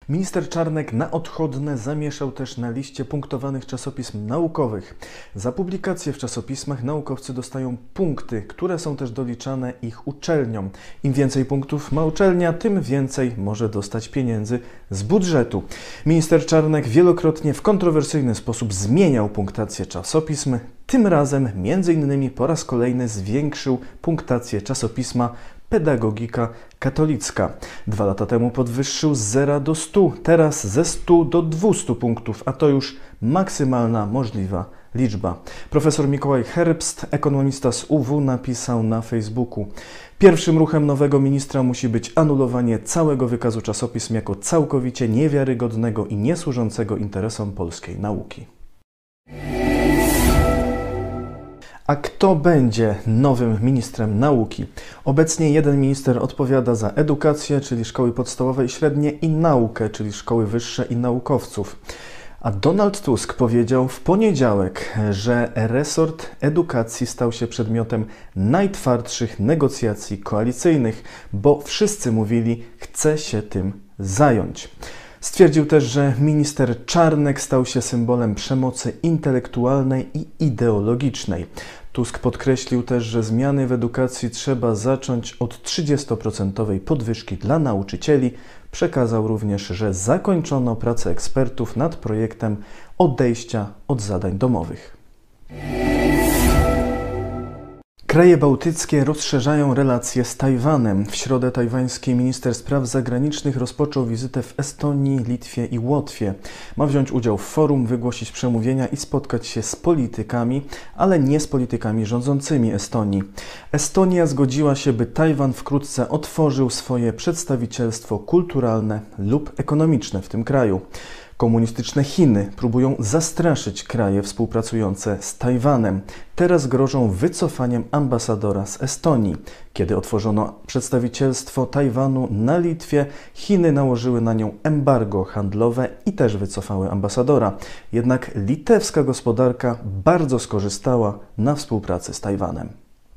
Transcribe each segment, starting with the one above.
Minister Czarnek na odchodne zamieszał też na liście punktowanych czasopism naukowych. Za publikacje w czasopismach naukowcy dostają punkty, które są też doliczane ich uczelniom. Im więcej punktów ma uczelnia, tym więcej może dostać pieniędzy z budżetu. Minister Czarnek wielokrotnie w kontrowersyjny sposób zmieniał punktację czasopism. Tym razem m.in. po raz kolejny zwiększył punktację czasopisma Pedagogika Katolicka. 2 lata temu podwyższył z 0 do 100, teraz ze 100 do 200 punktów, a to już maksymalna możliwa liczba. Profesor Mikołaj Herbst, ekonomista z UW, napisał na Facebooku: pierwszym ruchem nowego ministra musi być anulowanie całego wykazu czasopism jako całkowicie niewiarygodnego i niesłużącego interesom polskiej nauki. A kto będzie nowym ministrem nauki? Obecnie jeden minister odpowiada za edukację, czyli szkoły podstawowe i średnie, i naukę, czyli szkoły wyższe i naukowców. A Donald Tusk powiedział w poniedziałek, że resort edukacji stał się przedmiotem najtwardszych negocjacji koalicyjnych, bo wszyscy mówili, chce się tym zająć. Stwierdził też, że minister Czarnek stał się symbolem przemocy intelektualnej i ideologicznej. Tusk podkreślił też, że zmiany w edukacji trzeba zacząć od 30% podwyżki dla nauczycieli. Przekazał również, że zakończono pracę ekspertów nad projektem odejścia od zadań domowych. Kraje bałtyckie rozszerzają relacje z Tajwanem. W środę tajwański minister spraw zagranicznych rozpoczął wizytę w Estonii, Litwie i Łotwie. Ma wziąć udział w forum, wygłosić przemówienia i spotkać się z politykami, ale nie z politykami rządzącymi Estonii. Estonia zgodziła się, by Tajwan wkrótce otworzył swoje przedstawicielstwo kulturalne lub ekonomiczne w tym kraju. Komunistyczne Chiny próbują zastraszyć kraje współpracujące z Tajwanem. Teraz grożą wycofaniem ambasadora z Estonii. Kiedy otworzono przedstawicielstwo Tajwanu na Litwie, Chiny nałożyły na nią embargo handlowe i też wycofały ambasadora. Jednak litewska gospodarka bardzo skorzystała na współpracy z Tajwanem.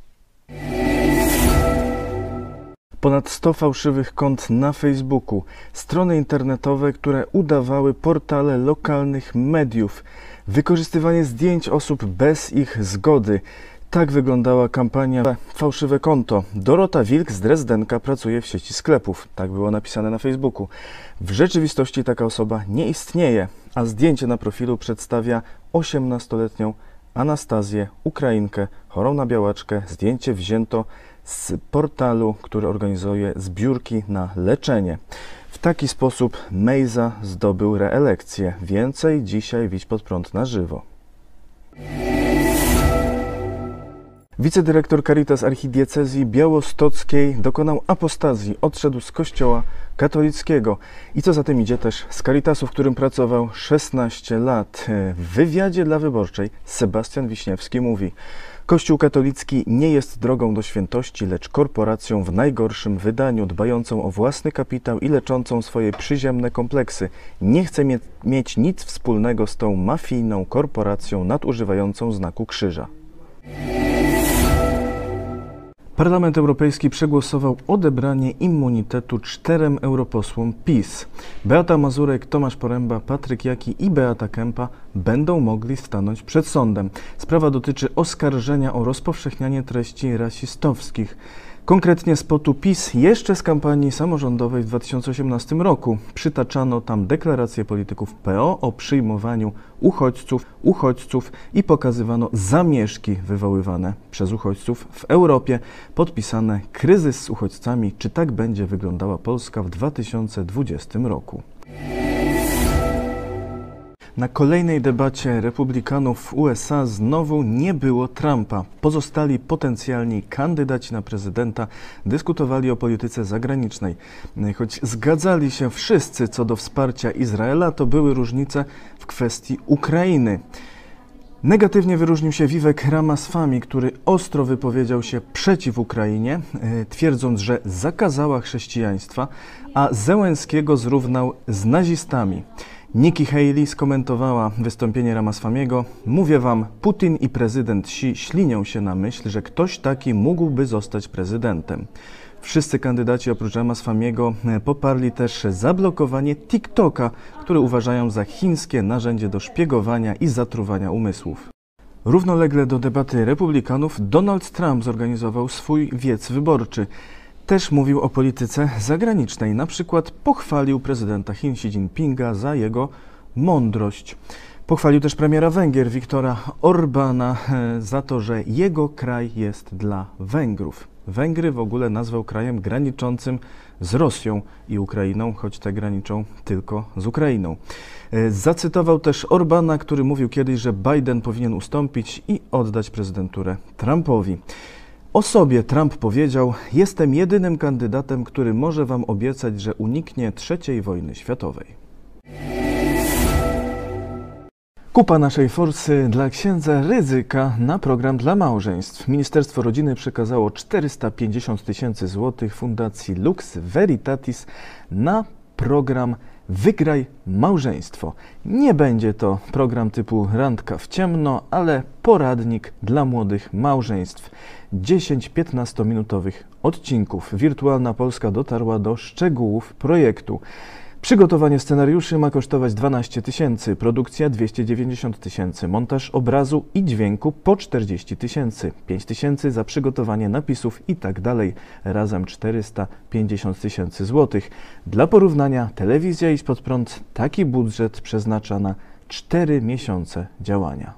Ponad 100 fałszywych kont na Facebooku, strony internetowe, które udawały portale lokalnych mediów, wykorzystywanie zdjęć osób bez ich zgody. Tak wyglądała kampania Fałszywe konto. Dorota Wilk z Drezdenka pracuje w sieci sklepów. Tak było napisane na Facebooku. W rzeczywistości taka osoba nie istnieje, a zdjęcie na profilu przedstawia 18-letnią Anastazję, Ukrainkę, chorą na białaczkę. Zdjęcie wzięto z portalu, który organizuje zbiórki na leczenie. W taki sposób Mejza zdobył reelekcję. Więcej dzisiaj w Idź Pod Prąd na żywo. Wicedyrektor Caritas Archidiecezji Białostockiej dokonał apostazji, odszedł z Kościoła katolickiego i co za tym idzie też z Caritasu, w którym pracował 16 lat. W wywiadzie dla Wyborczej Sebastian Wiśniewski mówi: Kościół katolicki nie jest drogą do świętości, lecz korporacją w najgorszym wydaniu, dbającą o własny kapitał i leczącą swoje przyziemne kompleksy. Nie chce mieć nic wspólnego z tą mafijną korporacją nadużywającą znaku krzyża. Parlament Europejski przegłosował odebranie immunitetu 4 europosłom PiS. Beata Mazurek, Tomasz Poręba, Patryk Jaki i Beata Kempa będą mogli stanąć przed sądem. Sprawa dotyczy oskarżenia o rozpowszechnianie treści rasistowskich. Konkretnie spotu PiS jeszcze z kampanii samorządowej w 2018 roku. Przytaczano tam deklaracje polityków PO o przyjmowaniu uchodźców i pokazywano zamieszki wywoływane przez uchodźców w Europie, podpisane kryzys z uchodźcami. Czy tak będzie wyglądała Polska w 2020 roku? Na kolejnej debacie republikanów w USA znowu nie było Trumpa. Pozostali potencjalni kandydaci na prezydenta dyskutowali o polityce zagranicznej. Choć zgadzali się wszyscy co do wsparcia Izraela, to były różnice w kwestii Ukrainy. Negatywnie wyróżnił się Vivek Ramaswamy, który ostro wypowiedział się przeciw Ukrainie, twierdząc, że zakazała chrześcijaństwa, a Zełenskiego zrównał z nazistami. Nikki Haley skomentowała wystąpienie Ramaswamiego: mówię wam, Putin i prezydent Xi ślinią się na myśl, że ktoś taki mógłby zostać prezydentem. Wszyscy kandydaci oprócz Ramaswamiego poparli też zablokowanie TikToka, który uważają za chińskie narzędzie do szpiegowania i zatruwania umysłów. Równolegle do debaty republikanów Donald Trump zorganizował swój wiec wyborczy. Też mówił o polityce zagranicznej, na przykład pochwalił prezydenta Chin Xi Jinpinga za jego mądrość. Pochwalił też premiera Węgier Viktora Orbana za to, że jego kraj jest dla Węgrów. Węgry w ogóle nazwał krajem graniczącym z Rosją i Ukrainą, choć te graniczą tylko z Ukrainą. Zacytował też Orbana, który mówił kiedyś, że Biden powinien ustąpić i oddać prezydenturę Trumpowi. O sobie Trump powiedział: jestem jedynym kandydatem, który może wam obiecać, że uniknie III wojny światowej. Kupa naszej forsy dla księdza Rydzyka na program dla małżeństw. Ministerstwo Rodziny przekazało 450 000 złotych Fundacji Lux Veritatis na program Wygraj Małżeństwo. Nie będzie to program typu randka w ciemno, ale poradnik dla młodych małżeństw. 10-15 minutowych odcinków. Wirtualna Polska dotarła do szczegółów projektu. Przygotowanie scenariuszy ma kosztować 12 000, produkcja 290 000, montaż obrazu i dźwięku po 40 000, 5 000 za przygotowanie napisów i tak dalej, razem 450 000 złotych. Dla porównania, telewizja Idź Pod Prąd taki budżet przeznacza na 4 miesiące działania.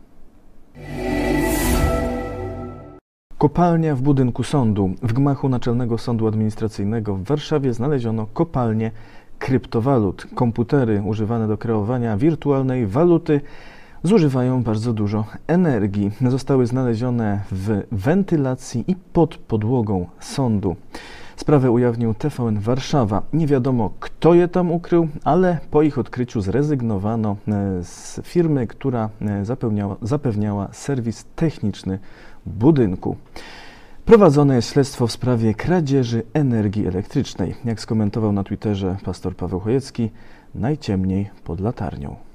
Kopalnia w budynku sądu. W gmachu Naczelnego Sądu Administracyjnego w Warszawie znaleziono kopalnię kryptowalut. Komputery używane do kreowania wirtualnej waluty zużywają bardzo dużo energii. Zostały znalezione w wentylacji i pod podłogą sądu. Sprawę ujawnił TVN Warszawa. Nie wiadomo, kto je tam ukrył, ale po ich odkryciu zrezygnowano z firmy, która zapewniała serwis techniczny budynku. Prowadzone jest śledztwo w sprawie kradzieży energii elektrycznej. Jak skomentował na Twitterze pastor Paweł Chojecki, najciemniej pod latarnią.